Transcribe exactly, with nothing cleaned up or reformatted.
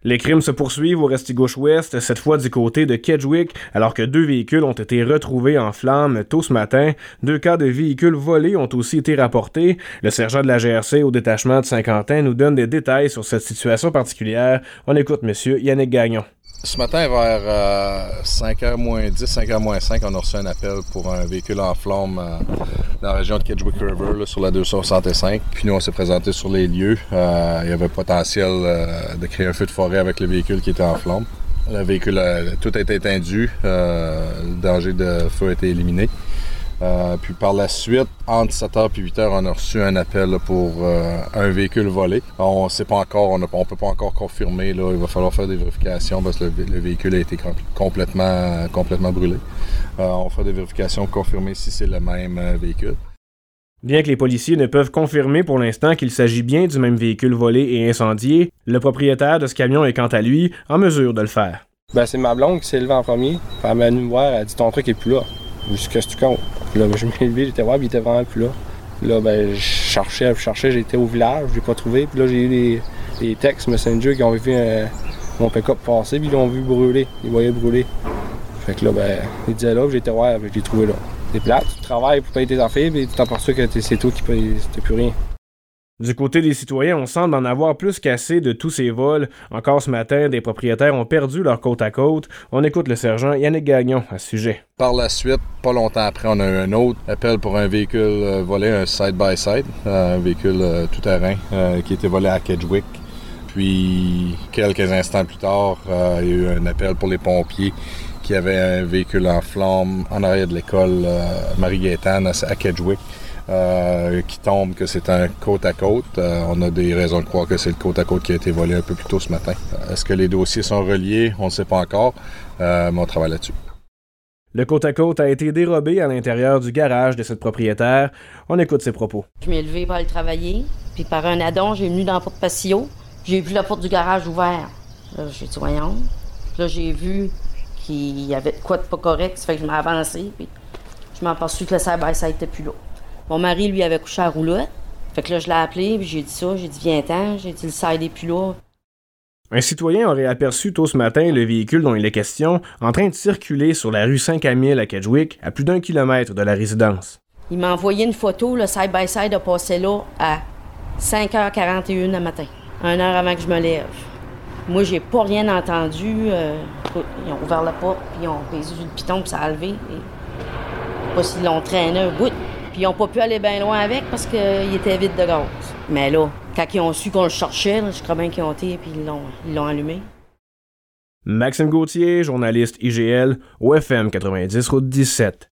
Les crimes se poursuivent au Restigouche-Ouest, cette fois du côté de Kedgewick, alors que deux véhicules ont été retrouvés en flammes tôt ce matin. Deux cas de véhicules volés ont aussi été rapportés. Le sergent de la G R C au détachement de Saint-Quentin nous donne des détails sur cette situation particulière. On écoute M. Yannick Gagnon. Ce matin, vers euh, cinq heures moins dix, cinq heures moins cinq, on a reçu un appel pour un véhicule en flammes euh, dans la région de Kedgewick River, là, sur la deux cent soixante-cinq. Puis nous, on s'est présenté sur les lieux. Euh, il y avait potentiel euh, de créer un feu de forêt avec le véhicule qui était en flammes. Le véhicule, a, tout a été éteint, euh, le danger de feu a été éliminé. Euh, puis par la suite, entre sept heures et huit heures, on a reçu un appel là, pour euh, un véhicule volé. On ne sait pas encore, on ne peut pas encore confirmer. Là, il va falloir faire des vérifications parce que le, le véhicule a été complètement, complètement brûlé. Euh, on va faire des vérifications pour confirmer si c'est le même euh, véhicule. Bien que les policiers ne peuvent confirmer pour l'instant qu'il s'agit bien du même véhicule volé et incendié, le propriétaire de ce camion est quant à lui en mesure de le faire. Ben, c'est ma blonde qui s'est levée en premier. Elle m'a venu me voir, elle a dit ton truc est plus là. Je dis qu'est-ce que tu comptes? Là, ben, je m'ai levé, j'étais voir, puis il était vraiment plus là. Là, ben, je cherchais, je cherchais, j'étais au village, je l'ai pas trouvé. Puis là, j'ai eu des, des textes Messenger qui ont vu euh, mon pick-up passer, puis ils l'ont vu brûler. Ils voyaient brûler. Fait que là, ben, ils disaient là, puis j'étais voir, puis je l'ai trouvé là. C'est plate, tu travailles pour payer tes affaires, puis tu t'aperçois que c'est toi qui paye, t'as plus rien. Du côté des citoyens, on semble en avoir plus qu'assez de tous ces vols. Encore ce matin, des propriétaires ont perdu leur côte-à-côte. On écoute le sergent Yannick Gagnon à ce sujet. Par la suite, pas longtemps après, on a eu un autre appel pour un véhicule euh, volé, un side-by-side, euh, un véhicule euh, tout-terrain euh, qui était volé à Kedgewick. Puis, quelques instants plus tard, euh, il y a eu un appel pour les pompiers qui avaient un véhicule en flammes en arrière de l'école euh, Marie-Gaétane à Kedgewick. Euh, qui tombe que c'est un côte-à-côte. Euh, on a des raisons de croire que c'est le côte-à-côte qui a été volé un peu plus tôt ce matin. Euh, est-ce que les dossiers sont reliés? On ne sait pas encore, euh, mais on travaille là-dessus. Le côte-à-côte a été dérobé à l'intérieur du garage de cette propriétaire. On écoute ses propos. Je m'ai levé pour aller travailler, puis par un addon, j'ai venu dans la porte patio. J'ai vu la porte du garage ouverte. Là, j'ai dit, voyons. Là, j'ai vu qu'il y avait de quoi de pas correct, ça fait que je m'ai avancé, puis je m'ai aperçu que le side-by-side n'était plus là. Mon mari, lui, avait couché à la roulotte. Fait que là, je l'ai appelé, puis j'ai dit ça. J'ai dit, viens-t'en. J'ai dit, le side est plus là. Un citoyen aurait aperçu tôt ce matin le véhicule dont il est question en train de circuler sur la rue Saint-Camille à Kedgewick, à plus d'un kilomètre de la résidence. Il m'a envoyé une photo. Le side-by-side a passé là à cinq heures quarante et une le matin. Une heure avant que je me lève. Moi, j'ai pas rien entendu. Euh, ils ont ouvert la porte, puis ils ont baisé sur le piton, puis ça a levé. Et... pas s'ils l'ont traîné un bout. Puis ils n'ont pas pu aller bien loin avec parce qu'il était vide de gaz. Mais là, quand ils ont su qu'on le cherchait, là, je crois bien qu'ils ont été et ils l'ont, ils l'ont allumé. Maxime Gauthier, journaliste I G L, au F M quatre-vingt-dix, route dix-sept.